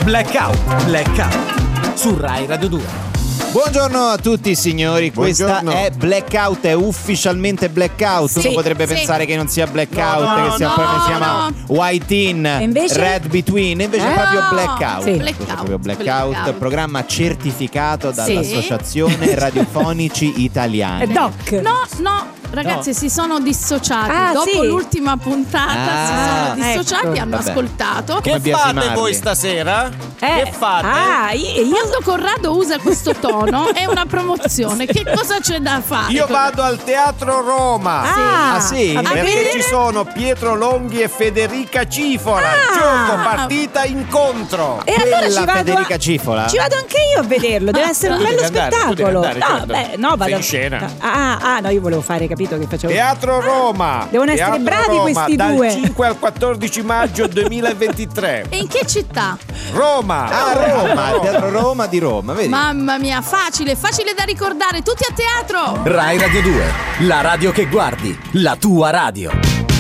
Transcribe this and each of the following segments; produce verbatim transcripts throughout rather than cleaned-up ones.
Blackout, Blackout su Rai Radio due. Buongiorno a tutti signori, questa Buongiorno. è Blackout, è ufficialmente Blackout. Sì, Uno potrebbe sì. pensare che non sia Blackout, No, no, che sia no, proprio, si chiama no. White In, E invece? Red Between, invece è Eh? proprio No. Blackout. Sì. Invece è proprio Blackout, Blackout. programma certificato Sì. dall'Associazione Radiofonici Italiani. È Doc. No, no, ragazzi, si sono dissociati. Ah, Dopo sì. l'ultima puntata Ah, si sono dissociati, ecco. hanno Vabbè. ascoltato. Come Che fate biasimarli? voi stasera? Eh, Che fate? Ah, io, io- Quando Corrado usa questo tono è una promozione. Che cosa c'è da fare? Io vado al Teatro Roma. Ah, Ah, sì? a Perché vedere- ci sono Pietro Longhi e Federica Cifola. Ah. Gioco, partita, incontro. E allora Quella ci vado Federica a- Cifola? Ci vado anche io a vederlo, deve essere un Devi bello andare, tu devi spettacolo. andare, no, certo. beh, no, vado Sei a- in scena. Ah, ah, no, io volevo fare, capito che facevo. Teatro Roma. Devono essere Teatro bravi Roma, questi dal due. cinque al quattordici maggio duemilaventitré. E in che città? Roma. Ah, Roma, il Teatro Roma di Roma, vedi? Mamma mia, facile, facile da ricordare. Tutti a teatro. Rai Radio due, la radio che guardi, la tua radio.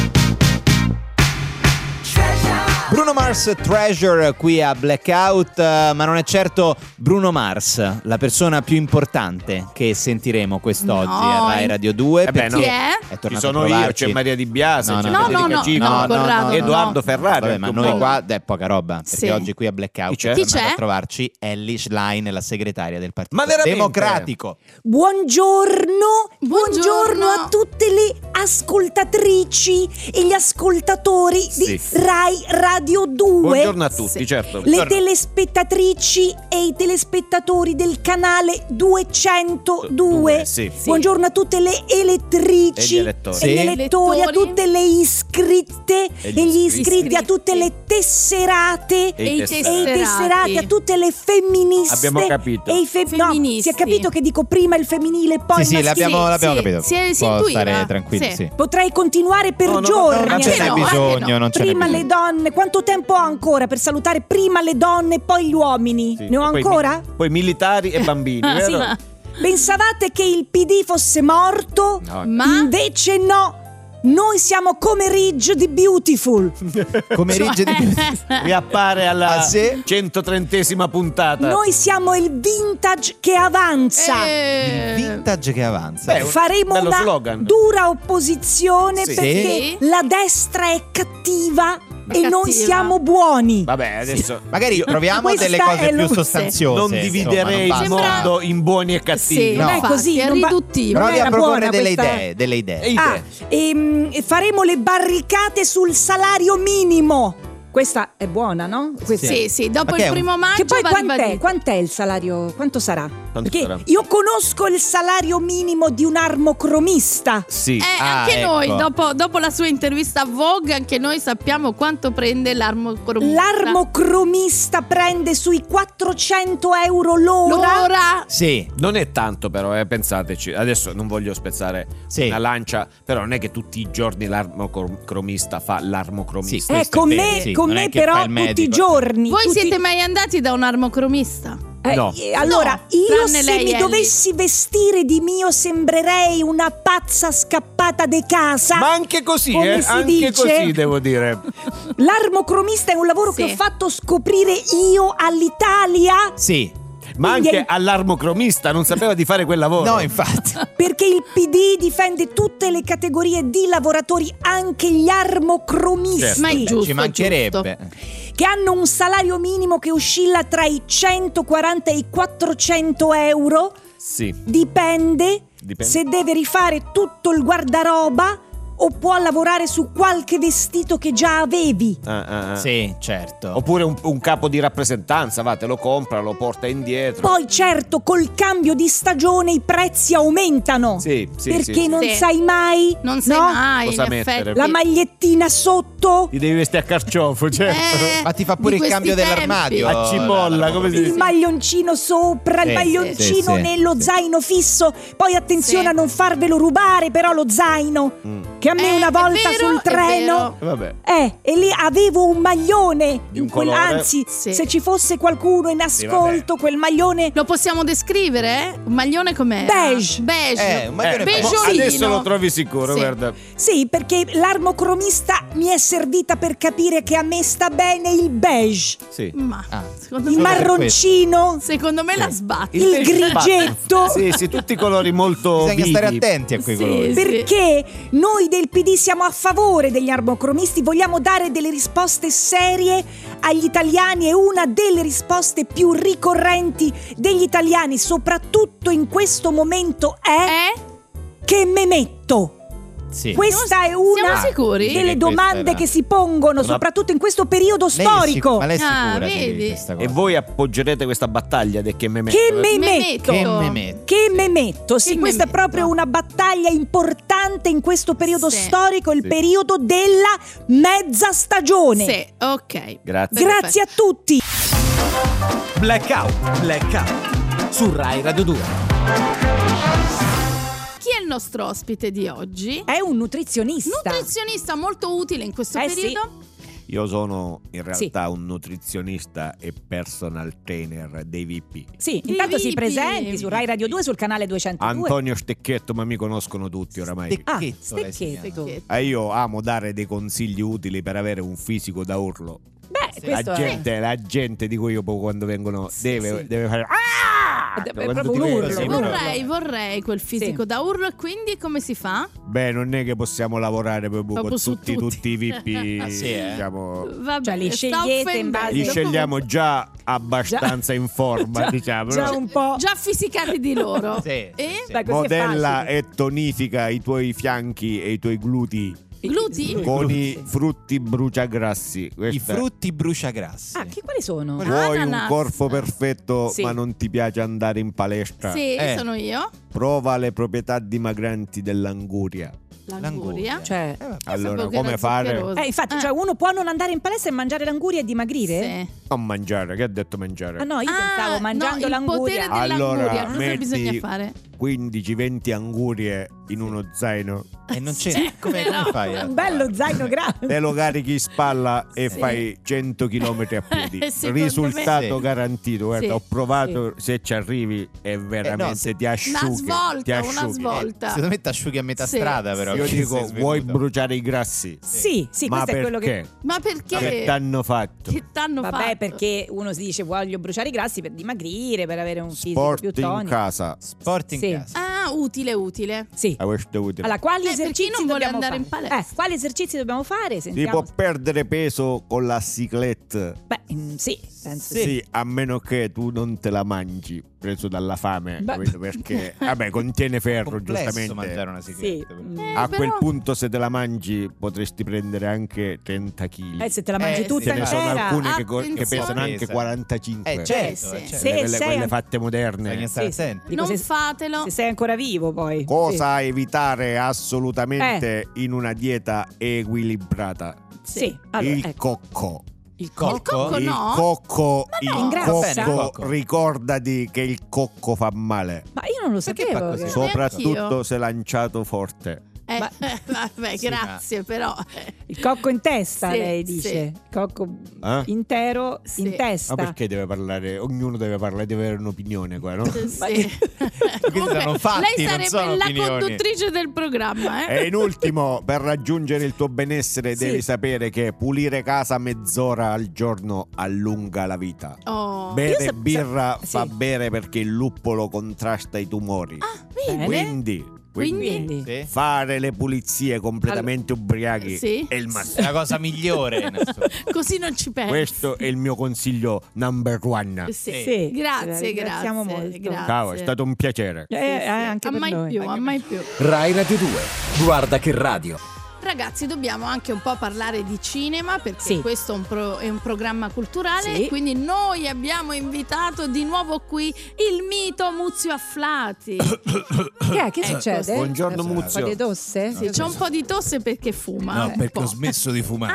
Bruno Mars Treasure qui a Blackout, eh, ma non è certo Bruno Mars, la persona più importante che sentiremo quest'oggi No, a Rai Radio due. Eh beh, perché no. Chi è? è Ci tornato sono a io, trovarci. c'è Maria Di Biase, No, c'è no, no, Federica no, no, Cifola, no, Corrado, no. Edoardo Ferrari. Vabbè, ma anche un noi po'. qua è poca roba, perché Sì. oggi qui a Blackout Chi c'è? è Chi tornata c'è? a trovarci Ellie Schlein, la segretaria del Partito Ma veramente? Democratico. Buongiorno, Buongiorno. buongiorno a tutte le ascoltatrici e gli ascoltatori di Sì. Rai Radio due. Buongiorno a tutti, Sì. certo. Le telespettatrici e i telespettatori del canale duecentodue. Due, sì. Buongiorno a tutte le elettrici E gli elettori. e gli Sì. elettori, a Elettori. tutte le iscritte E e gli gli iscritti. iscritti, a tutte le tesserate E E i i tesserati. e i tesserati, a tutte le femministe. Abbiamo capito. E i fe- no, Femministi. si è capito che dico prima il femminile e poi Sì, il sì, maschile. l'abbiamo, l'abbiamo sì, capito. si è- si Può intuiva. stare tranquilli, Sì. sì. Potrei continuare per No, no, no, giorni. no, Non ce Anche n'è no, bisogno, anche no. non ce n'è Prima bisogno. le donne, quanto tempo ho ancora per salutare prima le donne e poi gli uomini? Sì. Ne ho E poi ancora? mi- Poi militari e bambini, Ah, sì. vero? Pensavate che il P D fosse morto? No. Ma Invece no. Noi siamo come Ridge di Beautiful. Come Rigge di Riappare alla Ah, sì? centotrentesima puntata. Noi siamo il vintage che avanza. Eh, vintage che avanza. Beh, Faremo bello una slogan. dura opposizione Sì. perché Sì. la destra è cattiva e Cattiva. noi siamo buoni. Vabbè, adesso Magari proviamo Questa delle è cose più lo- sostanziose. non dividerei insomma, il non basta. mondo in buoni e cattivi. sì, No. Non è infatti, così, è non va- riduttivo. non Provi a era proporre buona delle questa- idee, delle idee. E Ah, idee. ehm, faremo le barricate sul salario minimo. Questa è buona, no? Questa- Sì, sì, dopo Ma che il è un- primo maggio Che poi va quant'è? ribadito. Quant'è il salario? Quanto sarà? Quanto Perché sarà? io conosco il salario minimo di un armocromista. Sì. Eh, Ah, anche ecco. noi, dopo, dopo la sua intervista a Vogue, anche noi sappiamo quanto prende l'armocromista. L'armocromista prende sui quattrocento euro l'ora. L'ora. Sì. Non è tanto però, eh, pensateci. Adesso non voglio spezzare Sì. una lancia, però non è che tutti i giorni l'armocromista fa l'armocromista. Sì. Eh, con Questo è me, vero, sì, con non è me che fa però il tutti i medico. giorni. Voi tutti- siete mai andati da un armocromista? Eh, No. eh, allora, No, io tranne se lei, mi Ellie. dovessi vestire di mio sembrerei una pazza scappata di casa. Ma anche così, Come eh, si anche dice? così devo dire. L'armocromista è un lavoro Sì. che ho fatto scoprire io all'Italia Sì. Ma Quindi anche è- all'armocromista non sapeva di fare quel lavoro. No, infatti. perché il P D difende tutte le categorie di lavoratori, anche gli armocromisti. Certo. Ma è giusto, Ci mancherebbe. Che hanno un salario minimo che oscilla tra i centoquaranta e i quattrocento euro. Sì. Dipende, Dipende. se deve rifare tutto il guardaroba o può lavorare su qualche vestito che già avevi. Ah, ah, ah. Sì, certo. Oppure un, un capo di rappresentanza, va, te lo compra, lo porta indietro. Poi certo col cambio di stagione i prezzi aumentano. Sì, sì, perché sì, sì. non Sì. sai mai, Non sai no? mai, Cosa in mettere. effetti. La magliettina sotto, Ti devi vestire a carciofo, certo. Eh, Ma ti fa pure di il cambio questi dell'armadio. tempi. A cipolla, come si il dice? maglioncino sopra, Sì, il maglioncino sì, sì, nello sì. zaino fisso. Poi attenzione Sì. a non farvelo rubare però lo zaino. Mm. che a me Eh, una è volta vero, sul è treno vero. Vabbè. Eh, e lì avevo un maglione Di un in quel- colore. anzi, Sì. se ci fosse qualcuno in ascolto, quel maglione Lo possiamo descrivere? Un maglione com'è? Beige. Beige. Eh, un maglione Eh, beige. mo Beggiolino. adesso lo trovi sicuro, Sì. guarda. Sì, perché l'armocromista mi è servita per capire che a me sta bene il beige, Sì. Ma Ah. secondo il Solo me, per marroncino, secondo me la sbatti. il grigetto. Sì, sì, tutti i colori molto Bisogna vivi. stare attenti a quei Sì, colori. sì. Perché noi del P D siamo a favore degli armocromisti, vogliamo dare delle risposte serie agli italiani e una delle risposte più ricorrenti degli italiani, soprattutto in questo momento, è Eh? che me metto. Sì. Questa è Siamo una sicuri? delle Sì, domande questa era- che si pongono, Una- soprattutto in questo periodo Lei è storico. sic- ma lei è Ah, sicura di vedi? questa cosa? E voi appoggerete questa battaglia del che me metto? Che me Me metto. Che metto. me metto? Che me metto, sì, Che me questa è metto. proprio una battaglia importante in questo periodo Sì. storico, il Sì. periodo della mezza stagione. Sì, ok. Grazie. Grazie a tutti. Blackout, blackout. Su Rai Radio due. Chi è il nostro ospite di oggi? È un nutrizionista. Nutrizionista molto utile in questo Eh, sì. periodo. Io sono in realtà un nutrizionista e personal trainer dei V P. Sì, I intanto si vipi. presenti su Rai Radio due sul canale duecentodue. Antonio Stecchetto, ma mi conoscono tutti oramai. Ah, Stecchetto, lei si chiama. Stecchetto. E io amo dare dei consigli utili per avere un fisico da urlo. Beh, La questo è gente, la gente di cui io poi quando vengono deve, sì. deve fare "Ah!" È Quando proprio ti un vedo, urlo, sì, un però- urlo. Vorrei, vorrei quel fisico Sì. da urlo e quindi come si fa? Beh, non è che possiamo lavorare proprio, Proprio con su tutti, tutti. tutti i V P. Ah, sì, eh? diciamo, Vabbè, Cioè, li sta scegliete in offendendo. base- li scegliamo già abbastanza in forma, Già- diciamo. già no? un po'. Già fisicati di loro. Sì, E? sì. Beh, così è Modella facile. e tonifica i tuoi fianchi e i tuoi glutei Glutei? con i Sì. frutti bruciagrassi. I Questa- frutti bruciagrassi. Ah, che quali sono? Quali- Vuoi Ananas. un corpo perfetto Sì. ma non ti piace andare in palestra? Sì, Eh. sono io. Prova le proprietà dimagranti dell'anguria. L'anguria. Cioè, Eh, vabbè. Allora, Sapevo che come era fare? zuccherosa. eh, infatti, Ah. cioè, uno può non andare in palestra e mangiare l'anguria e dimagrire? Sì. Non mangiare, che ha detto mangiare? Ah no, io Ah, pensavo mangiando no, l'anguria. il potere dell'anguria, Allora, cosa metti- bisogna fare? quindici venti angurie in uno zaino, E non c'è. Sì, come, però- come fai? a- Un bello zaino grande. te lo carichi in spalla e Sì. fai cento chilometri a piedi. Secondo Risultato me- garantito. Guarda, Sì. ho provato, se ci arrivi è veramente se- ti asciughi. Una svolta, ti una asciughi. svolta. Secondo me ti asciughi a metà Sì. strada, però. Io che dico, sei svenuto. vuoi bruciare i grassi? Sì, sì, Ma questo è quello perché? che. Ma perché? Che t'hanno fatto? Che t'hanno Vabbè, fatto? perché uno si dice voglio bruciare i grassi per dimagrire, per avere un fisico Sport più in tonico. casa. Sport in Sì. casa. Ah, utile, utile. Sì. A questo è utile. Allora, quali Eh, per chi esercizi non vuole dobbiamo andare fare? in palestra. Eh, quali esercizi dobbiamo fare? Si Sentiamo. può perdere peso con la ciclette? Beh, mm, sì, penso Sì. sì. a meno che tu non te la mangi preso dalla fame, Beh. capito? Perché vabbè, contiene ferro, Complesso giustamente. mangiare una Sì. sigaretta. però. Mm. Eh, A però- quel punto, se te la mangi, potresti prendere anche trenta chili. Eh, se te la mangi Eh, tutta Ce ne sono intera. alcune che, co- che Attenzione. pesano anche Pesa. quarantacinque. Eh, certo, Eh, sì. eh, certo. Sì. quelle, sei- quelle fatte moderne. Bisogna stare Sì, sì. attenti. Dico, non se- fatelo. Se sei ancora vivo, poi. Cosa evitare assolutamente in una dieta equilibrata? Sì. Sì. Allora, il ecco. cocco. Il cocco? cocco. cocco il no? cocco, il no. Ingrassa? cocco, Bene, il cocco. ricordati che il cocco fa male, Ma io non lo Perché sapevo. fa così? che- So- soprattutto Neanch'io. se lanciato forte. Eh, Ma- vabbè, Sì, grazie, però. eh, Il cocco in testa, Sì, lei sì. dice. Il cocco Eh? intero Sì. in Ma testa. perché deve parlare? Ognuno deve parlare, deve avere un'opinione qua, no? Sì. Quindi sono fatti, lei non sono sarebbe la opinioni. conduttrice del programma, eh? E in ultimo, per raggiungere il tuo benessere Sì. devi sapere che pulire casa mezz'ora al giorno allunga la vita. Oh. Bere Io sa- birra sa- fa sì. bere perché il luppolo contrasta i tumori. Ah, vedi? Bene. Quindi, quindi Quindi? Quindi. Sì? fare le pulizie completamente ubriachi Sì. è il È massimo. la cosa migliore in assoluto. Così non ci pensi. Questo è il mio consiglio number one. Sì. Sì. Grazie, Ringraziamo grazie. molto. grazie. Ciao, è stato un piacere. Eh, Sì, eh, sì. anche a per mai noi. più, a mai più. Rai Radio due. Guarda che radio. Ragazzi, dobbiamo anche un po' parlare di cinema perché Sì. questo è un, pro- è un programma culturale Sì. e quindi noi abbiamo invitato di nuovo qui il mito Muzio Afflati. Che è? Che Ecco, succede? Buongiorno, Un Muzio. po' di tosse? Sì, c'è un po' di tosse perché fuma. No, un perché po'. ho smesso di fumare. Ah,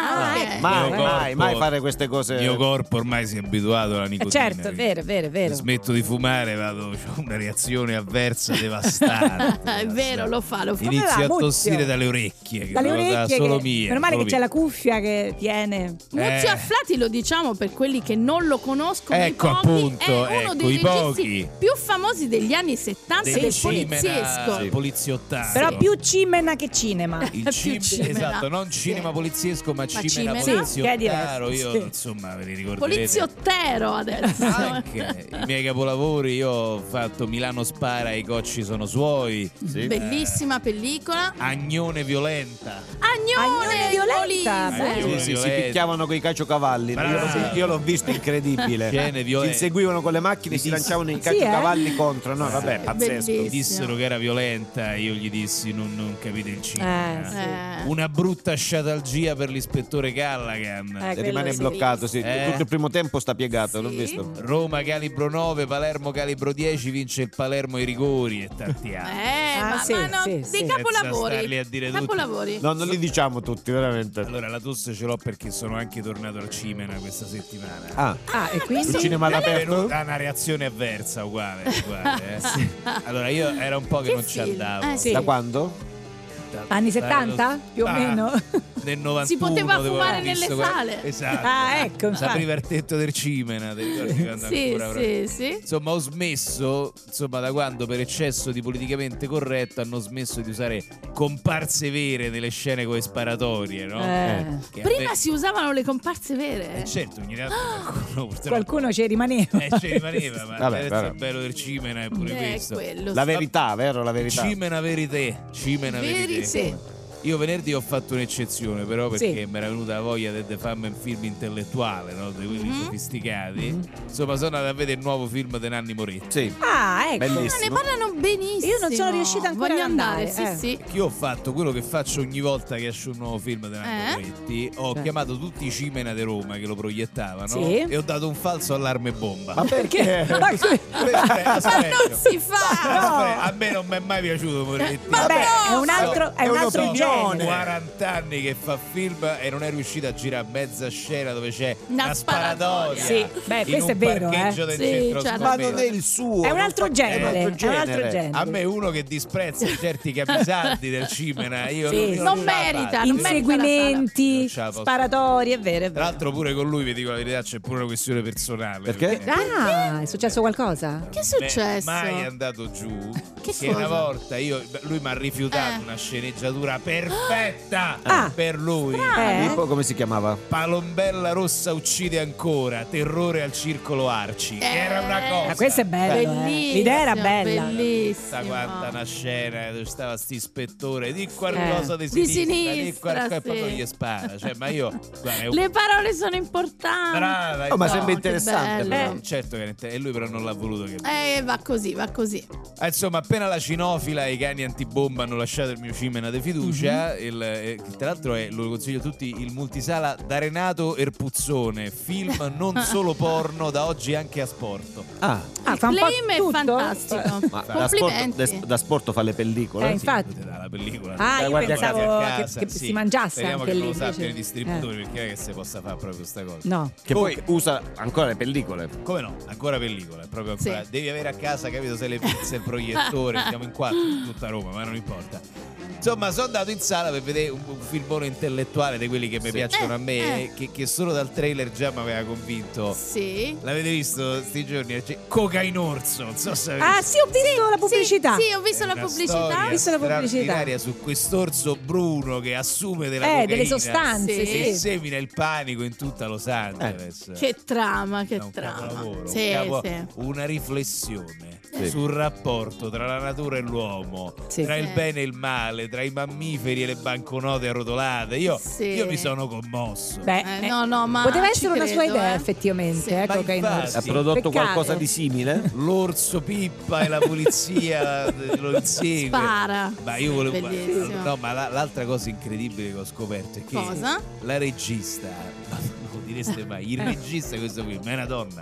Ah, Ah, ok. ecco. Mai, Mio mai, corpo- mai fare queste cose. Il mio corpo ormai si è abituato alla Eh, nicotina. certo, è vero, è vero, è vero. Se smetto di fumare vado, ho una reazione avversa devastante. È vero, lo fa, lo fa. Come va, Inizio a Muzio? tossire dalle orecchie, che Dalle è una cosa orecchie, solo che- mia. meno male solo che c'è mia. la cuffia che tiene. Muzio Eh. Afflati, lo diciamo per quelli che non lo conoscono, Ecco, i pochi, appunto, è uno ecco, dei i registi pochi. più famosi degli anni settanta Del del Cimena, poliziesco. sì, poliziottato. Però più cimena che cinema. il più cim- cimena. esatto, non cinema poliziesco, ma, cimena cimena? Sì, che è poliziottaro. diverso, Io sì. insomma, ve li ricorderete. Poliziottero adesso. Anche i miei capolavori, io ho fatto Milano spara e i cocci sono suoi. Sì. Bellissima pellicola. Agnone violenta. Agnone, Agnone violenta, Molise. bello. Sì, sì, si Violenta. picchiavano con i caciocavalli. Io l'ho, Bravo. io l'ho visto, incredibile. Scene Si violente. inseguivano con le macchine e si Sì, lanciavano i sì, caciocavalli eh? contro. No, vabbè, pazzesco. Bellissimo. Dissero che era violenta, io gli dissi non, non capite il cinema. Eh, sì. Eh. Una brutta sciatalgia per l'ispettore Callaghan. Eh, E quello rimane sì. bloccato, sì. Eh. Tutto il primo tempo sta piegato, l'ho Sì. visto. Roma calibro nove, Palermo calibro dieci, vince il Palermo ai rigori e tanti altri. Eh, Ah, ma, sì, ma no, sì, dei sì. Senza capolavori. starli a dire tutti. Capolavori. No, non li diciamo tutti, veramente. Allora la tosse ce l'ho perché sono anche tornato al Cimena questa settimana. Ah, Ah, e il quindi? cinema È all'aperto? venuta una reazione avversa uguale, uguale, eh. Allora io era un po' che, Che non ci film? andavo. Eh, sì. Da quando? Anni settanta? Più o Ah, meno? Nel novantuno Si poteva devo fumare aver visto nelle que- sale. Esatto. Ah, ecco, infatti. Sapriva il tetto del Cimena, ti ricordi quando Sì, ancora sì, sì. Insomma, ho smesso, insomma, da quando per eccesso di politicamente corretto hanno smesso di usare comparse vere nelle scene con le sparatorie, no? Eh. Che a Prima me- si usavano le comparse vere. Eh, certo, ogni tanto qualcuno purtroppo Qualcuno ci rimaneva. eh, ci rimaneva, ma Vabbè, il vabbè. bello del Cimena è pure Eh, questo. quello. La verità, vero? La verità. Cimena verite, Cimena Veri, verite. sì. Io venerdì ho fatto un'eccezione, però, perché Sì. mi era venuta la voglia di di farmi un film intellettuale, no? Di quelli Mhm. sofisticati. Insomma, sono andato a vedere il nuovo film di Nanni Moretti. Sì. Ah, ecco. Ma ne Bellissimo. parlano benissimo. Io non sono riuscita ancora Voglio ad andare, andare, sì, eh. sì. Io ho fatto quello che faccio ogni volta che esce un nuovo film di Nanni Eh? Moretti. Ho Cioè. chiamato tutti i Cimena di Roma che lo proiettavano Sì. e ho dato un falso allarme bomba. Ma perché? Ma que- Aspetta, Ma aspetta. non si fa! Aspetta, a me non mi è mai piaciuto Moretti. Ma Vabbè, no! è un altro, è È un altro un'opinione. genere. quaranta anni che fa film e non è riuscito a girare mezza scena dove c'è Una una sparatoria. Sì, beh, in questo un è vero, parcheggio eh. del Sì, centro c'ha Ma scoperto. non è il suo. È un non altro fa- genere, È un altro è un altro genere. genere. A me uno che disprezza certi capisaldi del Cimena, io Sì, io sì. Non ce la merita, faccio. non merita la Inseguimenti, Non ce la posso. sparatori, è vero, è Tra vero. l'altro pure con lui, vi dico la verità, c'è pure una questione personale. Perché? Ah, è successo qualcosa? Che è Me- successo? Mai è andato giù. Che Che cosa? una volta io, lui mi ha rifiutato Eh. una sceneggiatura perfetta Ah. per lui. Eh? Tipo, come si chiamava? Palombella rossa uccide ancora, terrore al circolo Arci. Che era una cosa. Ah, questo è bello, eh. Bellissimo, L'idea era bella. Bellissimo. Sa quanta una scena dove stava sti ispettore di qualcosa Eh. di Di sinistra, di sinistra, qualcosa e sì. poi gli spara. Cioè, ma io guarda, è un- Le parole sono importanti. brava, Oh, ma no. sembra che interessante. bello. però. Eh, certo che è inter- e lui però non l'ha voluto che Eh, va così, va così. Ah, insomma, appena la cinofila e i cani antibomba hanno lasciato il mio Cimena di fiducia, Mhm. il, eh, che tra l'altro è, lo consiglio a tutti, il multisala da Renato Erpuzzone, film non solo porno, da oggi anche a sport. Ah, Ah, fa un po' Claim è tutto? fantastico. ma da sport, Complimenti. da, da sport fa le pellicole. Eh, infatti. Sì, la pellicola. Ah, io guardi a pensavo Guardate a che, casa, che sì. si mangiasse Speriamo anche che lì. non lo invece. sappiano i distributori, perché non è che si possa fare proprio questa cosa. Eh, no. Che Poi- poi usa ancora le pellicole. Come no? Ancora pellicola, è proprio ancora. Sì. Devi avere a casa, capito, se le pizze, il proiettore, siamo in quattro in tutta Roma, ma non importa. Insomma, sono andato in sala per vedere un, un filmone intellettuale di quelli che mi Sì. piacciono Eh, a me, eh. che, che solo dal trailer già mi aveva convinto. Sì. L'avete visto sti giorni? C'è Cocainorso, non so se avete Ah, visto. sì, ho visto la pubblicità. Sì, sì, ho visto È la una pubblicità. storia Ho visto la pubblicità. straordinaria su quest'orso bruno che assume della Eh, cocaina delle sostanze, Sì. e sì. semina il panico in tutta Los Angeles. Che trama, che È un trama. capolavoro, Sì, un capo- sì. una riflessione Sì. sul rapporto tra la natura e l'uomo, Sì. tra il Sì. bene e il male, tra i mammiferi e le banconote arrotolate. Io, Sì. io mi sono commosso. Beh, Eh, eh, no, no, ma poteva ci essere una sua credo, idea, eh. effettivamente. Sì. Eh, Ma cocaina infatti- Ha orso. prodotto Peccato. qualcosa di simile? L'orso pippa e la polizia lo insegue. Spara. Ma io volevo. Bellissimo. No, ma la- l'altra cosa incredibile che ho scoperto è che Cosa? la regista, non lo direste mai, il regista di questo film è una donna.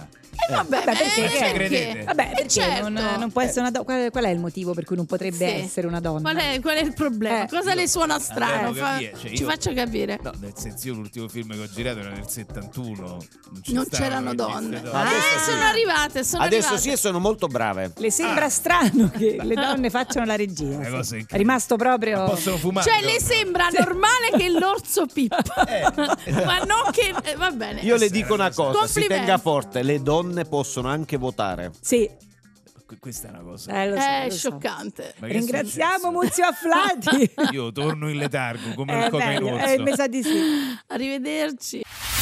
Eh, vabbè, Vabbè, perché? eh, Che perché? credete? Vabbè, Eh, perché certo. non, non può essere una donna? Qual, qual è il motivo per cui non potrebbe Sì. essere una donna? Qual è, qual è il problema? Eh. Cosa le suona strano? devo Fa- capire, cioè, Ci io- faccia capire. No, nel senso, io l'ultimo film che ho girato era nel settantuno. Non, ci Non stavano c'erano queste donne. Ma Ah, adesso sì. sono arrivate, sono Adesso arrivate. sì e sono molto brave. Le sembra strano che le donne facciano la regia. Una sì. cosa incredibile. È rimasto proprio. Possono fumare. Cioè, le proprio. sembra normale che l'orso pippa, ma non che. eh, va bene. Io le dico una cosa, si Complimenti. tenga forte, le donne possono anche votare. Sì, Que- Questa è una cosa. eh, lo so, È lo so. scioccante. Ma che è Ringraziamo successo? Muzio Afflati. Io torno in letargo come, Eh, come in meglio, orso. eh, mi sa di sì. Arrivederci.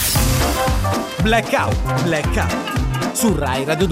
Blackout, blackout. Su Rai Radio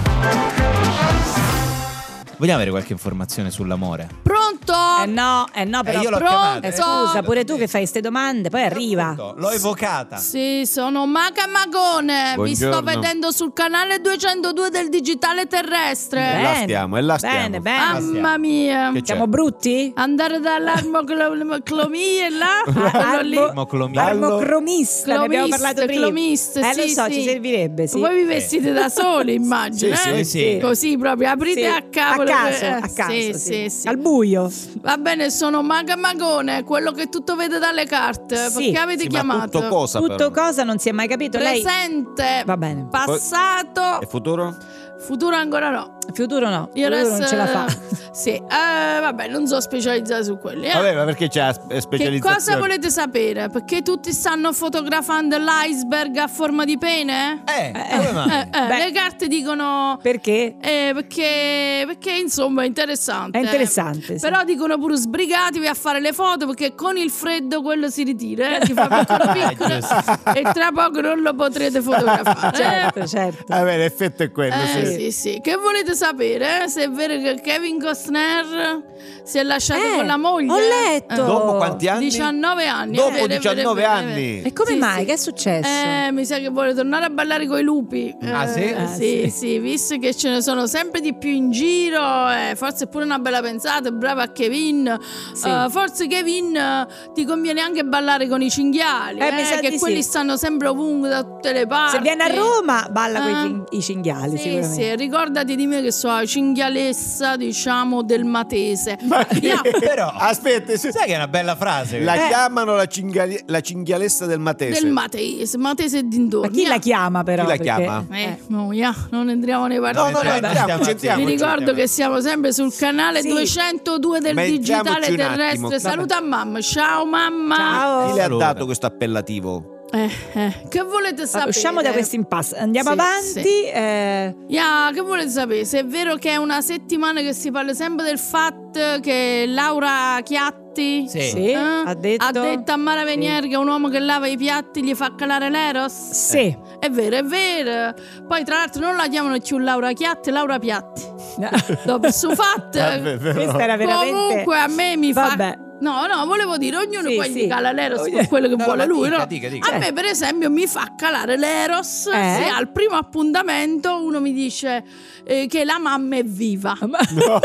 due. Vogliamo avere qualche informazione sull'amore? Pronto? Eh no, eh no, però io l'ho pronto? chiamata. Eh, scusa, pure tu che fai queste domande, poi arriva. L'ho evocata. Sì, sono Maga Magone. Vi sto Buongiorno. vedendo sul canale duecentodue del digitale terrestre. Eh, la stiamo, e la stiamo. Bene, bene. Mamma mia. Che c'è? Siamo brutti? Andare dall'armoclomia là, quello lì. Armo- Armoclomia. Armocromista, ne abbiamo Clomiste, parlato prima. clomiste, eh, sì, lo so, sì. ci servirebbe, sì. Voi vi vestite da soli, immagino. Sì, eh? sì, sì. Così proprio aprite Sì, a capo. a le- caso, eh, a caso, sì, sì. sì, sì. Al buio. Va bene, sono Maga Magone, quello che tutto vede dalle carte. Sì. Perché avete Sì, ma chiamato? tutto cosa Tutto però? cosa non si è mai capito. Lei Presente, Va bene. passato, E futuro? futuro ancora no. futuro no, Io futuro adesso non ce la fa. Sì, eh, vabbè, non so specializzare su quelli. eh. Vabbè, ma perché c'è Che specializzazione? cosa volete sapere? Perché tutti stanno fotografando l'iceberg a forma di pene? Eh, come mai? Eh, eh, Beh. le carte dicono Perché? eh, perché, perché insomma è interessante. È interessante, sì. Però dicono pure sbrigatevi a fare le foto perché con il freddo quello si ritira, eh, si fa piccolo piccolo e tra poco non lo potrete fotografare. Certo, certo. Vabbè, l'effetto è quello, Eh, sì. sì, sì. Che volete sapere? eh? Se è vero che Kevin Costner si è lasciato Eh, con la moglie? ho letto. Eh, Dopo quanti anni? diciannove anni. Dopo è vero, è vero, diciannove è vero, è vero. anni. E come Sì, mai? sì. Che è successo? Eh, mi sa che vuole tornare a ballare coi lupi. Ah, sì? Eh, Ah, sì, sì. sì, visto che ce ne sono sempre di più in giro, eh, forse è pure una bella pensata, brava a Kevin. Sì. Eh, forse Kevin eh, ti conviene anche ballare con i cinghiali, Eh, eh, mi sa che di quelli sì. stanno sempre ovunque da tutte le parti. Se viene a Roma, balla con i Ah. cing- i cinghiali, Sì, sicuramente. sì, ricordati di me che sono la cinghialessa, diciamo, del Matese. Ma chi Yeah. è? Però- Aspetta, se- Sai che è una bella frase? la Eh. chiamano la, cingali- la cinghialessa del Matese. Del Matese, Matese e dintorni. Ma chi la Yeah. chiama però? Chi la Perché- chiama? Eh, no, yeah, non entriamo nei No, partiti. no, no, Cioè, entriamo, stiamo- centriamo, Vi ricordo centriamo. che siamo sempre sul canale Sì. duecentodue del Mettiamoci digitale un terrestre. attimo. Saluta mamma. Ciao mamma. Ciao. Chi le ha Allora. dato questo appellativo? Eh, eh, che volete sapere? Usciamo da questo impasse, andiamo Sì, avanti. sì. eh, Yeah, che volete sapere? Se è vero che è una settimana che si parla sempre del fatto che Laura Chiatti Sì. Sì, eh, ha detto, ha detto a Mara Venier che un uomo che lava i piatti gli fa calare l'eros? Sì. È vero, è vero. Poi tra l'altro non la chiamano più Laura Chiatti, Laura Piatti. Dopo su fatto. Vabbè, però- Questa era veramente. Comunque a me mi fa. Vabbè. No, no, volevo dire, ognuno Sì, poi sì. gli cala l'eros Oh, per quello che no, vuole ma lui, dica, no? dica, dica. A me, per esempio, mi fa calare l'eros Eh? se al primo appuntamento uno mi dice eh, che la mamma è viva. Ma-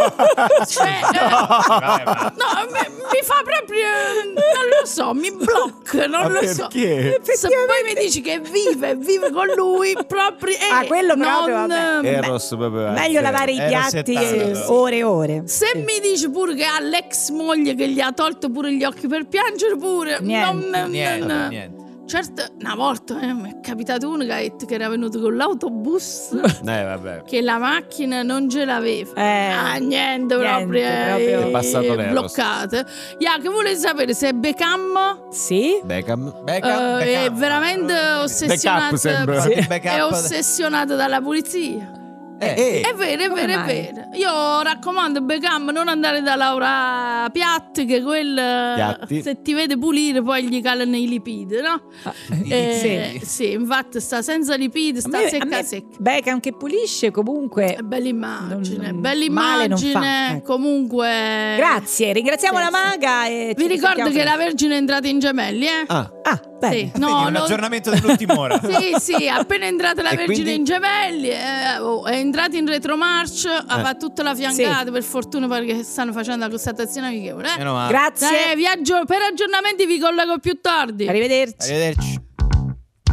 Cioè, eh, no, mi, mi fa proprio. Non lo so, mi blocca, non Ma lo so. perché? Se poi mi dici che vive, vive con lui, proprio. eh, Ah, quello proprio, non, vabbè. eh, Eros proprio. Meglio eh, lavare i era piatti settanta, eh, sì. ore e ore. Se mi dici pure che ha l'ex moglie che gli ha tolto pure gli occhi per piangere pure, Niente, non, Niente, non- niente. Certo, una volta eh, mi è capitato uno che ha detto che era venuto con l'autobus, Eh, vabbè. che la macchina non ce l'aveva. Eh, ah, niente, niente, proprio, eh, proprio. È passato l'eros. bloccate. Ya, che volete sapere se Beckham Sì? Beckham. Backup, eh, è backup. veramente ossessionato, sembra. Sì. è Backup. ossessionato dalla polizia. Eh, Eh, È vero, è Come vero, è mai? vero. Io raccomando Beckham non andare da Laura Piatti, che quel Piatti. se ti vede pulire poi gli calano i lipidi, no? Eh, sì. infatti sta senza lipidi, A sta me- a secca me secca. Beckham che pulisce comunque. È bella immagine, Non- bella male non fa, immagine. ecco. Comunque. Grazie, ringraziamo Sì, la sì. maga. E Vi ci ricordo sentiamo che la presto. Vergine è entrata in gemelli, eh? Ah, Ah, bene. Sì, Vedi, no, un lo- aggiornamento dell'ultima ora. Sì, sì, appena è entrata la E Vergine quindi? in gemelli, eh, oh, è entrata in retromarcia, ha Eh. fatto tutta la fiancata, per fortuna perché stanno facendo la constatazione amichevole. Eh? Meno male. Grazie. Dai, vi aggio- per aggiornamenti vi collego più tardi. Arrivederci. Arrivederci.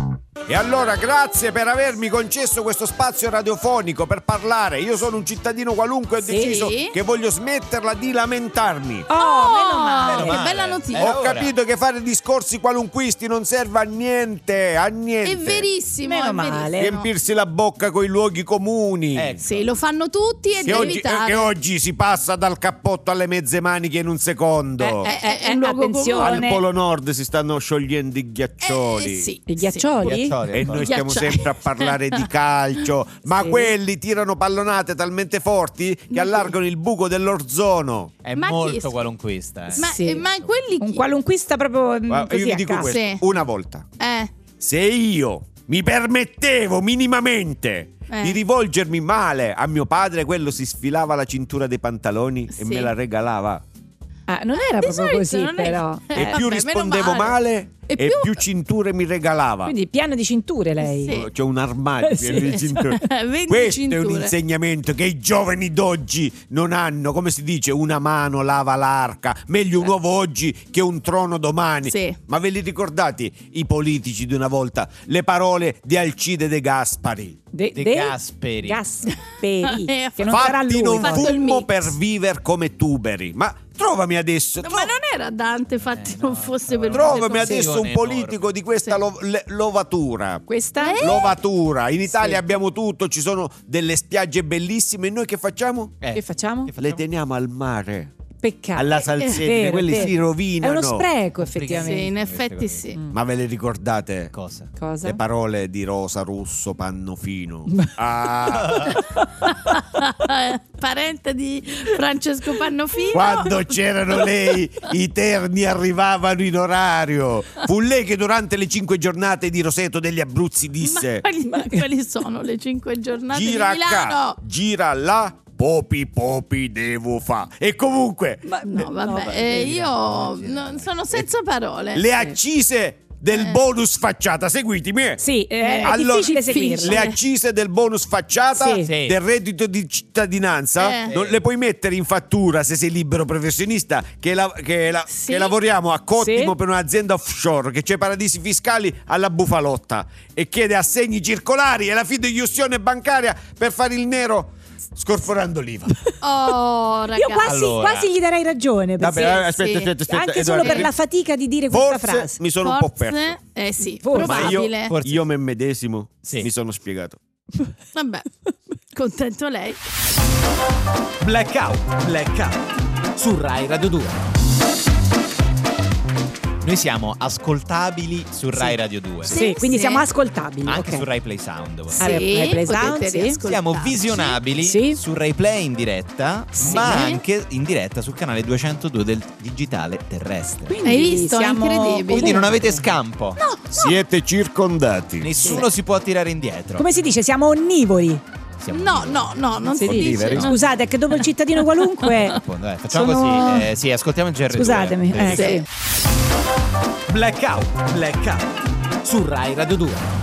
E allora grazie per avermi concesso questo spazio radiofonico per parlare. Io sono un cittadino qualunque e ho Sì. deciso che voglio smetterla di lamentarmi. Oh, meno male. che bella notizia. Era Ho ora. capito che fare discorsi qualunquisti non serve a niente, a niente. È verissimo, Meno è male. verissimo. Riempirsi la bocca coi luoghi comuni. Ecco. Sì, lo fanno tutti e Che devi oggi, evitare. che oggi si passa dal cappotto alle mezze maniche in un secondo. Eh, eh, È un luogo attenzione. Al Polo Nord si stanno sciogliendo i ghiaccioli. Eh, sì, I ghiaccioli? Ghiaccioli, E ecco. noi stiamo Ghiacciai. sempre a parlare di calcio. Ma Sì. quelli tirano pallonate talmente forti che allargano il buco dell'orzono. È Ma chi- molto qualunquista. Eh. Ma, Sì. eh, ma quelli Un chi? qualunquista proprio mm, Guarda, così io vi a dico caso. questo, Sì. una volta. Eh, Se io mi permettevo minimamente Eh. di rivolgermi male a mio padre, quello si sfilava la cintura dei pantaloni Sì. e me la regalava. Ah, non era di proprio solito così, non è- però. Eh, e vabbè, più meno rispondevo male. male, E e più- più cinture mi regalava. Quindi pieno di cinture lei. Sì. C'è un armadio Sì. pieno di cinture. venti Questo è un cinture. insegnamento che i giovani d'oggi non hanno. Come si dice, una mano lava l'arca. Meglio un uovo oggi che un trono domani. Sì. Ma ve li ricordate i politici di una volta? Le parole di Alcide De Gaspari. De, De de- Gasperi. Gasperi. Eh, che non sarà Fatti lui. non Fatto il fummo mix. per vivere come tuberi. Ma trovami adesso. No, tro- ma non era Dante, infatti non fosse per Trovami dire adesso un enorme. politico di questa Sì. lo- le- lovatura. Questa? Eh? Lovatura. In Italia Sì. abbiamo tutto, ci sono delle spiagge bellissime e noi che facciamo? Eh. Che facciamo? Che Le teniamo al mare, Peccato. alla È salsetta, vero, quelli è vero. si rovinano. È uno spreco, Sì, effettivamente. in Queste effetti cose. sì. Ma ve le ricordate? Cosa? Cosa? Le parole di Rosa Russo Pannofino. Ah, Parente di Francesco Pannofino. quando c'erano lei, i terni arrivavano in orario. Fu lei che durante le cinque giornate di Roseto degli Abruzzi disse: Ma quali, quali sono le cinque giornate gira di a Milano? ca, gira là, popi popi devo fa. E comunque No, vabbè, eh, io non- sono senza parole. le accise del Eh. bonus facciata, seguitemi. eh. Sì, eh, è Allora, difficile difficile. seguirlo. Le accise del bonus facciata Sì. Sì. del reddito di cittadinanza Eh. non le puoi mettere in fattura se sei libero professionista che, la- che, la- Sì. che lavoriamo a Cottimo Sì. per un'azienda offshore che c'è paradisi fiscali alla bufalotta e chiede assegni circolari e la fideiussione bancaria per fare il nero scorporando l'I V A. Oh, ragazzi. Io quasi, Allora. quasi gli darei ragione. Vabbè, perché- eh, aspetta, sì. aspetta, aspetta, anche Edoardo. solo per la fatica di dire questa Forse frase. mi sono un po' perso. Forse, eh sì, Forse. Ma io, probabile. Forse. io me medesimo Sì. mi sono spiegato. Vabbè, contento lei. Blackout, blackout. Su Rai Radio due. Noi siamo ascoltabili su Rai Radio due. Sì, Sì, quindi sì. siamo ascoltabili. Anche ok. su Rai Play Sound. guarda. Ah, Rai Play potete Sound, sì. riascoltarci. Siamo visionabili Sì. su Rai Play in diretta, Sì. ma anche in diretta sul canale duecentodue del digitale terrestre. Quindi Hai visto? È siamo- incredibile. Quindi non avete scampo. Siete circondati. Nessuno si può tirare indietro. Come si dice? Siamo onnivori. Siamo No, liberi. no, no, non Si si dice. liberi? no. Scusate, è che dopo il cittadino qualunque. Appunto, dai, facciamo Sono- così. Eh, sì, ascoltiamo il G R due. Scusatemi. Eh, Sì. sì. Blackout, blackout. Su Rai Radio due.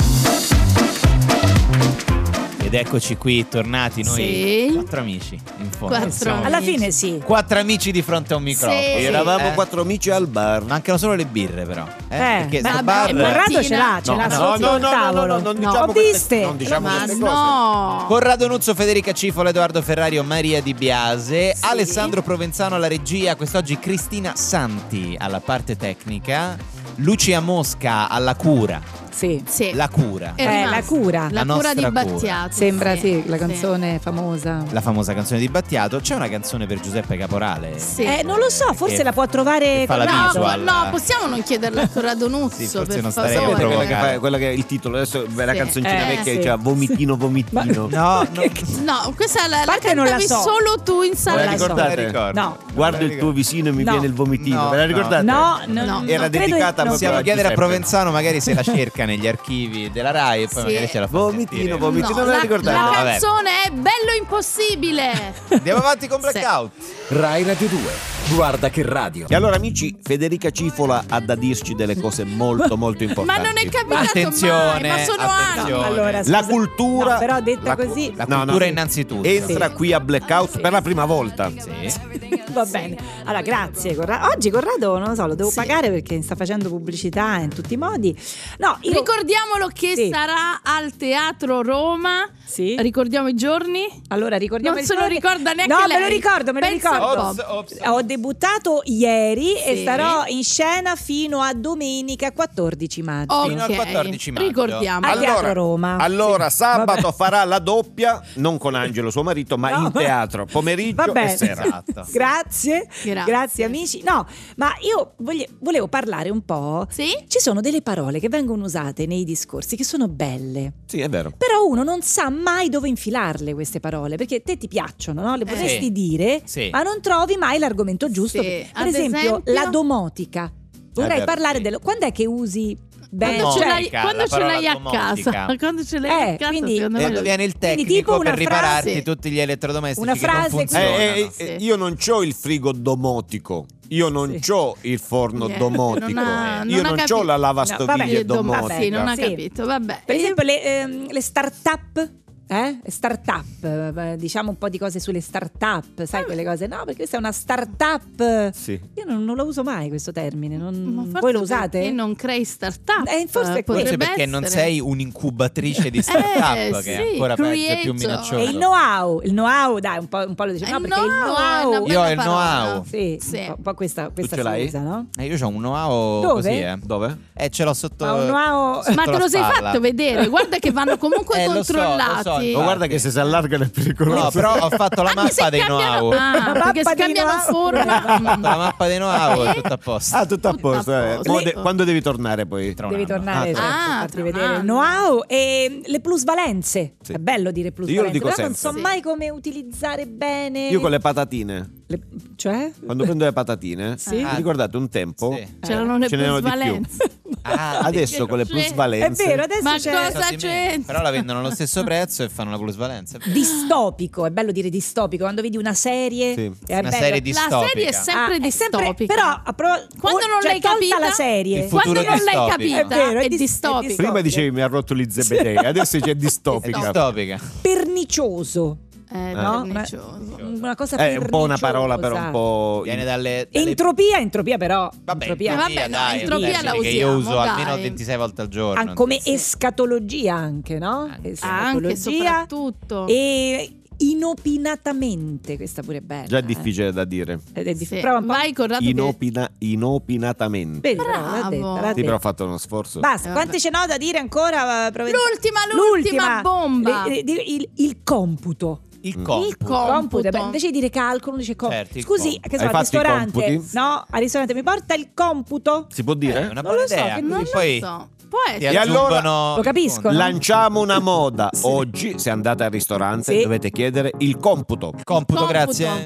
Ed eccoci qui, tornati noi Sì. quattro amici in fondo. Quattro Siamo Alla fine sì. quattro amici di fronte a un microfono. Sì. Eravamo Eh. quattro amici al bar. Mancano solo le birre, però. Eh, Eh, perché beh, sto vabbè, bar. ma- Corrado ce l'ha, ce No, l'ha no, sotto no, il no, no, tavolo. no, non No, diciamo ho queste- viste. non diciamo Ma queste cose. no. Corrado Nuzzo, Federica Cifolo, Edoardo Ferrario, Maria Di Biase, Sì. Alessandro Provenzano alla regia, quest'oggi Cristina Santi alla parte tecnica, Lucia Mosca alla cura. Sì. Sì. La cura. È Eh, rimasto. la cura. La, La cura di nostra cura. Battiato. Sembra sì, la Sì. canzone famosa. La famosa canzone di Battiato. C'è una canzone per Giuseppe Caporale. Sì. Eh, non lo so, forse Che- la può trovare che fa la Corrado. visual. No, no, possiamo non chiederla a Corrado Nuzzo, Sì, forse per non favore. starei a Quella che, provocare. fa- quella che è il titolo adesso è la Sì. canzoncina Eh, vecchia sì. che c'ha vomitino vomitino. No, no. No, questa la, la parte non la cantavi so. solo tu in Ve sala. la la so. ricordate? Me la ricordo. No. Guarda il tuo vicino e mi No. viene il vomitino. No, Ve la no. ricordate? No, no, No. Era non credo- dedicata no. proprio Possiamo a chiedere a Giuseppe. Provenzano magari se la cerca negli archivi della Rai e poi Sì. magari ce la fa Vomitino, sentire. vomitino, No, non ve la la, ricordate? la No, vabbè. canzone è Bello Impossibile. Andiamo avanti con Sì. Blackout. Rai Radio due. Guarda che radio. E allora amici, Federica Cifola ha da dirci delle cose molto molto Ma importanti. non è capitato Attenzione, mai, ma sono attenzione. anni. Allora, La scusa, cultura no, però detta la- così La No, no. cultura innanzitutto. Entra Sì. qui a Blackout per la prima volta. Sì. va bene. Allora, grazie Corrado. Oggi Corrado, non lo so, lo devo Sì. pagare perché sta facendo pubblicità in tutti i modi. No, io Ricordiamolo che Sì. sarà al Teatro Roma. Sì. Ricordiamo i giorni? Allora, ricordiamo Non i se lo giorni. ricorda neanche No, lei. me lo ricordo, me lo Pensa ricordo. un po'. Ops, ops. Ho debuttato ieri e Sì. starò in scena fino a domenica quattordici maggio. Ok. Fino al quattordici maggio. Ricordiamo. Al Teatro Roma. Allora, Sì. sabato Vabbè. farà la doppia, non con Angelo, suo marito, ma No. in teatro, pomeriggio Va bene. e sera. Esatto. Grazie. Grazie. Grazie amici. No, ma io voglie- volevo parlare un po'. Sì? Ci sono delle parole che vengono usate nei discorsi che sono belle. Sì, è vero. Però uno non sa mai dove infilarle queste parole, perché te ti piacciono, no? Le potresti Sì. dire, Sì. ma non trovi mai l'argomento giusto. Sì. Per Ad esempio, esempio? la domotica. Vorrei vero, parlare sì. dello. Quando è che usi bene? Quando ce Cioè, l'hai, Domotica, quando la ce l'hai parola a domotica. casa. Quando ce l'hai Eh, a casa, quindi- secondo E me. viene il Quindi tecnico tipo per una ripararti frase- tutti gli elettrodomestici Una che non frase che- funzionano. Eh, eh, Sì. eh, io non c'ho il frigo domotico, io non Sì. c'ho il forno Niente, domotico, non ha- io non ha non capito. c'ho la No, lavastoviglie vabbè, Sì, dom- domotica. sì, non ha Sì. capito, vabbè. Per E- esempio, le, ehm, le start-up. Eh? Start-up, eh, diciamo un po' di cose sulle start-up, sai quelle cose? No, perché questa è una start-up. Sì. Io non, non lo uso mai questo termine. Non- Ma forse voi lo usate? perché non crei start-up? Eh, forse è quello. Forse Potrebbe perché non essere. sei un'incubatrice di startup, Eh, che è sì, ancora peggio e più creator. minaccioso. E il know-how, il know-how, dai, un po', un po' lo diciamo, Eh, no, perché il know-how è know-how. una Io bella ho il parola. know-how. Sì, Sì. un po', un po' questa, questa ce si l'hai? usa, no? Eh, io ho un know-how Dove? così, eh. Dove? Eh, ce l'ho sotto. Ma un know-how- sotto Ma te la lo sei spalla. fatto vedere? Guarda che vanno comunque Eh, lo so, lo so, controllati. Oh, guarda che se si allargano è pericoloso. No, però ho fatto la Anche se mappa dei cambiano- know-how. Ah, La perché mappa dei scambiano know-how. forma. La mappa dei know-how è Eh? tutto a posto. Ah, tutto a Tutto a posto. eh. posto. Mo Le- de- quando devi tornare poi? Tra un Devi anno. tornare Ah, certo, ah, per farti tra un vedere il anno. know-how e le plusvalenze. Sì. È bello dire Io lo plusvalenze, dico però non sempre. so Sì. mai come utilizzare bene. Io con le patatine. Le- Cioè? Quando prendo le patatine, Sì. vi ricordate un tempo? Sì. C'erano le Ce n'erano di più. plusvalenze. Ah, Adesso con le Sì. plusvalenze. È vero, adesso Ma c'è cosa so di me. c'entra? Però la vendono allo stesso prezzo e fanno la plusvalenza. distopico, è bello dire distopico, quando vedi una serie Sì. è Una bello. serie La distopica. serie è sempre Ah, è sempre- distopica. però a pro- Quando o- non cioè, l'hai tolta capita, la serie Il futuro Quando non l'hai distopico. capita È vero, è è dis- è distopica. dis- Prima dicevi mi ha rotto gli zebedei, adesso c'è È distopica. distopica. pernicioso, Eh, no? Una, pernicioso. una cosa È un po' una parola però perniciosa. un po'. Viene dalle, dalle... Entropia, entropia però. Vabbè, entropia. Eh, vabbè, no, dai, entropia è un la termine che io usiamo, uso dai. almeno ventisei volte al giorno. An- come Sì. escatologia anche, no? Anche. Anche Escatologia soprattutto. e inopinatamente, questa pure è bella. Già eh. difficile da dire. Ed è difficile. Sì. Prova un po'. Vai Corrado che- Inopina- inopinatamente. Vedi, però, l'ha Bravo. detta, l'ha Sì, però ho detta. fatto uno sforzo. Basta, Eh, quante ce n'ho da dire ancora? Prove- L'ultima, l'ultima bomba. Le- le- il, il computo. Il Mm. computo. Il computo. Computo, beh, invece di dire calcolo, uno dice computo. Certo, il Scusi, computo. che so, Hai al fatto i ristorante. computi? No, al ristorante mi porta il computo. Si può Eh, dire? è una Non buona lo so, idea. che Quindi non lo poi so. Può ti essere. E allora- aggiungono Lo capiscono? il Lanciamo una moda. Oggi, se andate al ristorante, Sì. dovete chiedere il computo. computo, Computo. grazie.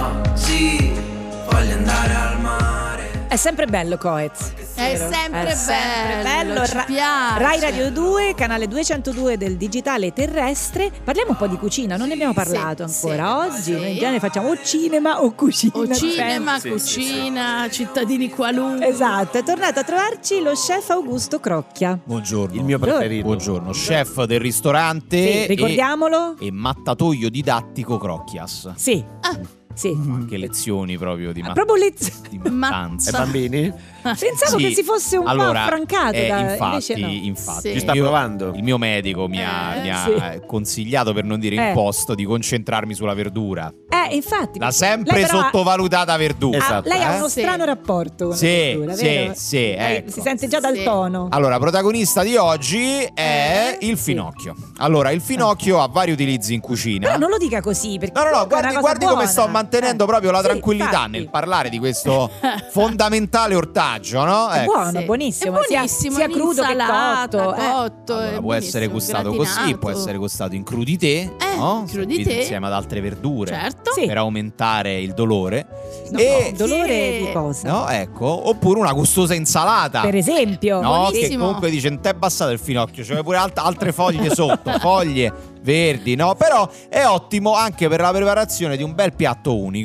Sì, voglio andare al mare. È sempre bello Coez. È vero? sempre È sempre bello, bello. ci Ra- piace. Rai Radio due, canale duecentodue del digitale terrestre. Parliamo un po' di cucina, non ne abbiamo parlato Sì, ancora. sì, Oggi sì. noi in genere facciamo o cinema o cucina. O cinema, sempre. cucina, cittadini qualunque. Esatto, è tornato a trovarci lo chef Augusto Crocchia. Buongiorno. Il mio preferito. Buongiorno, chef del ristorante Sì, e- ricordiamolo? e, mattatoio didattico Crocchias. Sì. Ah. Sì. Che lezioni proprio di, Ah, ma- proprio le... di Ma- E mattanza. bambini? Pensavo Sì. che si fosse un allora, po' affrancato. eh, da... infatti, invece no. infatti Sì. Ci sta io- provando? Il mio medico mi ha, Eh, mi ha sì. consigliato, per non dire Eh. imposto, di concentrarmi sulla verdura. Eh, infatti. La sempre lei però ha- sottovalutata verdura. ha- Esatto. lei ha Eh? uno Sì. strano rapporto con Sì, la verdura, sì, vero? sì, Lei ecco. Si sente già dal Sì. tono. Allora, protagonista di oggi è il Sì. finocchio. Allora, il finocchio ha vari utilizzi in cucina. Però non lo dica così, perché No, no, no, comunque è guardi, una cosa guardi come buona. sto mantenendo Eh. proprio la Sì, tranquillità infatti. nel parlare di questo fondamentale ortaggio, no? È Ecco. buono, Sì. buonissimo, È sia- buonissimo, sia in crudo che insalata, cotto, eh. cotto, Allora, è può buonissimo, essere gustato così, gratinato. può essere gustato in crudité, Eh, no? crudité. Servito insieme ad altre verdure Certo. Sì. per aumentare il dolore. No, e dolore di cosa? no, ecco, oppure una gustosa insalata. Per esempio. No, che Buonissimo. comunque dice non t'è passato il finocchio, c'è pure alt- altre foglie sotto, foglie verdi, no? Però è ottimo anche per la preparazione di un bel piatto unico.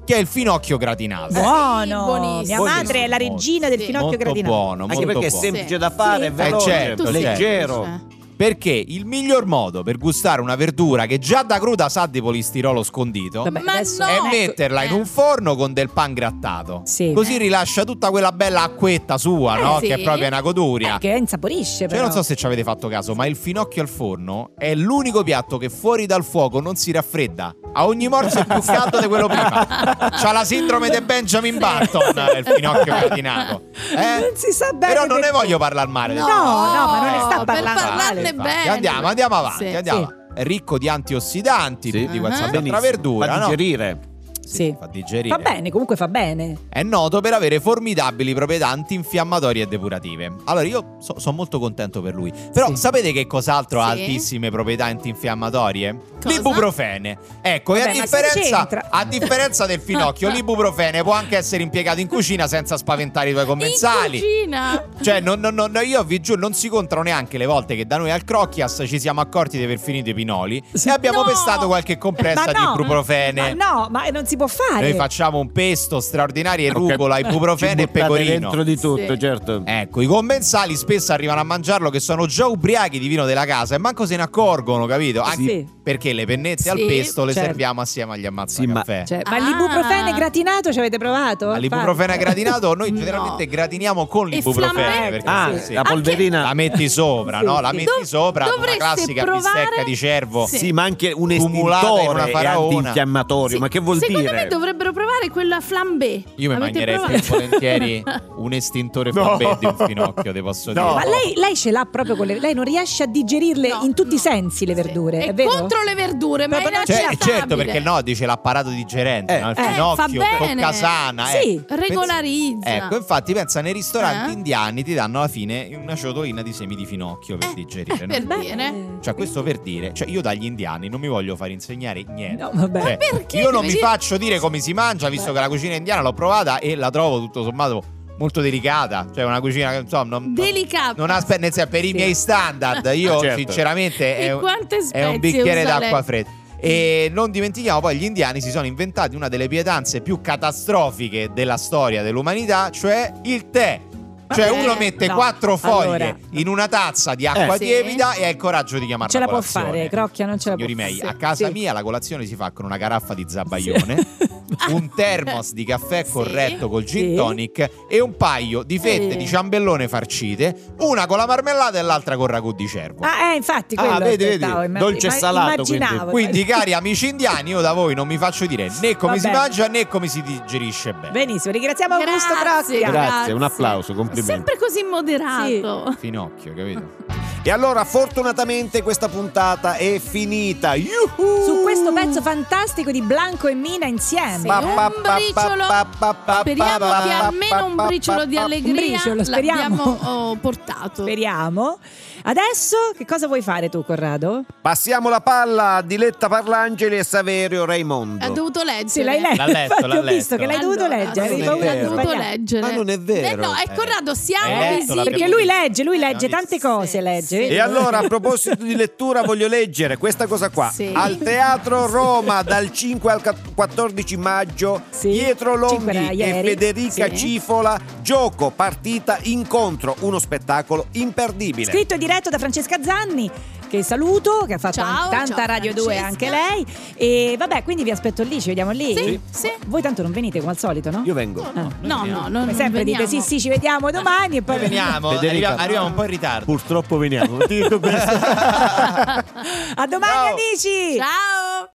che è il finocchio gratinato. Buono. buonissimo. Mia madre è la regina del Sì. finocchio Molto gratinato. buono, Anche molto perché è buono. semplice Sì. da fare, Sì. è veloce, Eh, certo, leggero. certo. Perché il miglior modo per gustare una verdura che già da cruda sa di polistirolo scondito Vabbè, Ma adesso- no! è Ecco, metterla in eh. un forno con del pan grattato. Sì. Così rilascia tutta quella bella acquetta sua, Eh, no? sì. Che è proprio una goduria. Eh, che insaporisce Cioè, però. non so se ci avete fatto caso, ma il finocchio al forno è l'unico piatto che fuori dal fuoco non si raffredda. A ogni morso è più caldo di quello prima. C'ha la sindrome di Benjamin Button, il finocchio gratinato. Eh? Non si sa bene Però non ne perché. voglio parlare male. No, no, ma non ne sta per parlando parlarne male. bene. Andiamo, andiamo avanti, Sì. andiamo. Sì. È ricco di antiossidanti, Sì. di qualsiasi Uh-huh. altra verdura, Fa no? digerire. Sì. Fa digerire. Fa bene, comunque fa bene. È noto per avere formidabili proprietà antinfiammatorie e depurative. Allora io sono molto contento per lui. Però Sì. sapete che cos'altro ha Sì. altissime proprietà antinfiammatorie? Cosa? L'ibuprofene. Ecco, e a Vabbè, ma differenza, c'entra. a differenza del finocchio, l'ibuprofene può anche essere impiegato in cucina senza spaventare i tuoi commensali. In cucina. Cioè, non, non- non- io vi giuro, non si contano neanche le volte che da noi al Crocchias ci siamo accorti di aver finito i pinoli e abbiamo No! pestato qualche compressa Ma di no, ibuprofene. Ma no, ma non si può fare. Noi facciamo un pesto straordinario, rucola, Ci ibuprofene e buttate pecorino. dentro di tutto, Sì. certo. Ecco, i commensali spesso arrivano a mangiarlo che sono già ubriachi di vino della casa e manco se ne accorgono, capito? Anche Sì. perché le pennette Sì, al pesto le certo. serviamo assieme agli ammazza Sì, ma- caffè. Cioè, ma Ah. l'ibuprofene gratinato ci avete provato? Ma l'ibuprofene Fate. gratinato noi No. generalmente gratiniamo con E l'ibuprofene flambè? perché Ah, sì, la polverina. la metti sopra, Sì, no? La sì. metti Dov- sopra una dovreste classica provare- bistecca di cervo. Sì. Sì, ma anche un Tumulata in una estintore è faraona. antinfiammatorio. Sì, Ma che vuol secondo dire? me dovrebbero provare quella flambé. Io mi Avete mangerei provato? più volentieri un estintore No. flambé di un finocchio, te posso No. dire. Ma lei, lei ce l'ha proprio con le. Lei non riesce a digerirle No, in tutti no. i sensi le verdure, Sì. è È vero? contro le verdure, ma è Proprio non Cioè, inaccettabile. certo, perché no, dice l'apparato digerente, Eh, no? Il eh, finocchio, fa bene. cocca sana. Sì. eh. Regolarizza. Ecco, infatti pensa nei ristoranti Eh? indiani ti danno alla fine una ciotolina di semi di finocchio per Eh, digerire, eh, no? per dire. Cioè, questo per dire, cioè io dagli indiani non mi voglio fare insegnare niente. No, vabbè. Cioè, perché io non devi mi dire- faccio dire come si mangia, visto che la cucina indiana l'ho provata e la trovo tutto sommato molto delicata. Cioè, una cucina che insomma non, Delicata. non aspetta, nel senso, per i miei standard, io Certo. sinceramente E è, quante è spezie un bicchiere usa d'acqua lei? fredda. E non dimentichiamo poi gli indiani si sono inventati una delle pietanze più catastrofiche della storia dell'umanità, cioè il tè. Cioè Vabbè, uno mette no. quattro foglie Allora. in una tazza di acqua Eh. Sì. tiepida e ha il coraggio di chiamarla Ce la può colazione. fare, Crocchia non ce la può Signori miei, fare. a casa Sì. mia la colazione si fa con una caraffa di zabaione, un termos di caffè Sì. corretto col gin Sì. tonic e un paio di fette Sì. di ciambellone farcite, una con la marmellata e l'altra con ragù di cervo. Ah, eh, infatti, Ah, quello vedi, aspettavo, vedi, imma- dolce e imma- salato, immaginavo. Quindi, cari amici indiani, io da voi non mi faccio dire né come si Vabbè. mangia né come si digerisce bene. Benissimo, ringraziamo Augusto Grazie, Crocchia. Grazie, un applauso, complimenti. Sempre così moderato. Finocchio, capito? E allora, fortunatamente, questa puntata è finita. Yuhu! Su questo pezzo fantastico di Blanco e Mina insieme. Sì, Pa, un pa, pa, briciolo. pa, pa, pa, Speriamo pa, che pa, almeno un pa, briciolo pa, di pa, allegria Un briciolo, speriamo. l'abbiamo oh, portato. Speriamo. Adesso che cosa vuoi fare tu, Corrado? Passiamo la palla a Diletta Parlangeli e Saverio Raimondo. Ha dovuto leggere. Sì, l'hai letto. L'ha letto, Infatti l'ha ho visto letto. che l'hai dovuto Allora, leggere. non Avevi è paura di vero. Ho dovuto sbagliare. leggere. Ma non è vero. Eh no, è Corrado, siamo Hai letto, visibili. l'abbiamo Perché lui legge, lui legge Sì. tante cose, legge. vedi? E allora, a proposito di lettura, voglio leggere questa cosa qua. Sì. Al Teatro Roma dal cinque al quattordici maggio, Sì. Pietro cinque Longhi era e ieri. Federica Sì. Cifola, gioco, partita, incontro, uno spettacolo imperdibile. Scritto e diretto da Francesca Zanni, che saluto, che ha fatto Ciao, tanta ciao, Radio due Francesca. anche lei. E vabbè, quindi vi aspetto lì, ci vediamo lì. Sì, sì. Voi tanto non venite come al solito, no? Io vengo. Ah. No, no, no, Come non sempre veniamo. dite sì, sì, ci vediamo domani e poi Noi veniamo, Federica. arriviamo, arriviamo un po' in ritardo. Purtroppo veniamo. Ti dico questo. A domani Ciao. amici! Ciao.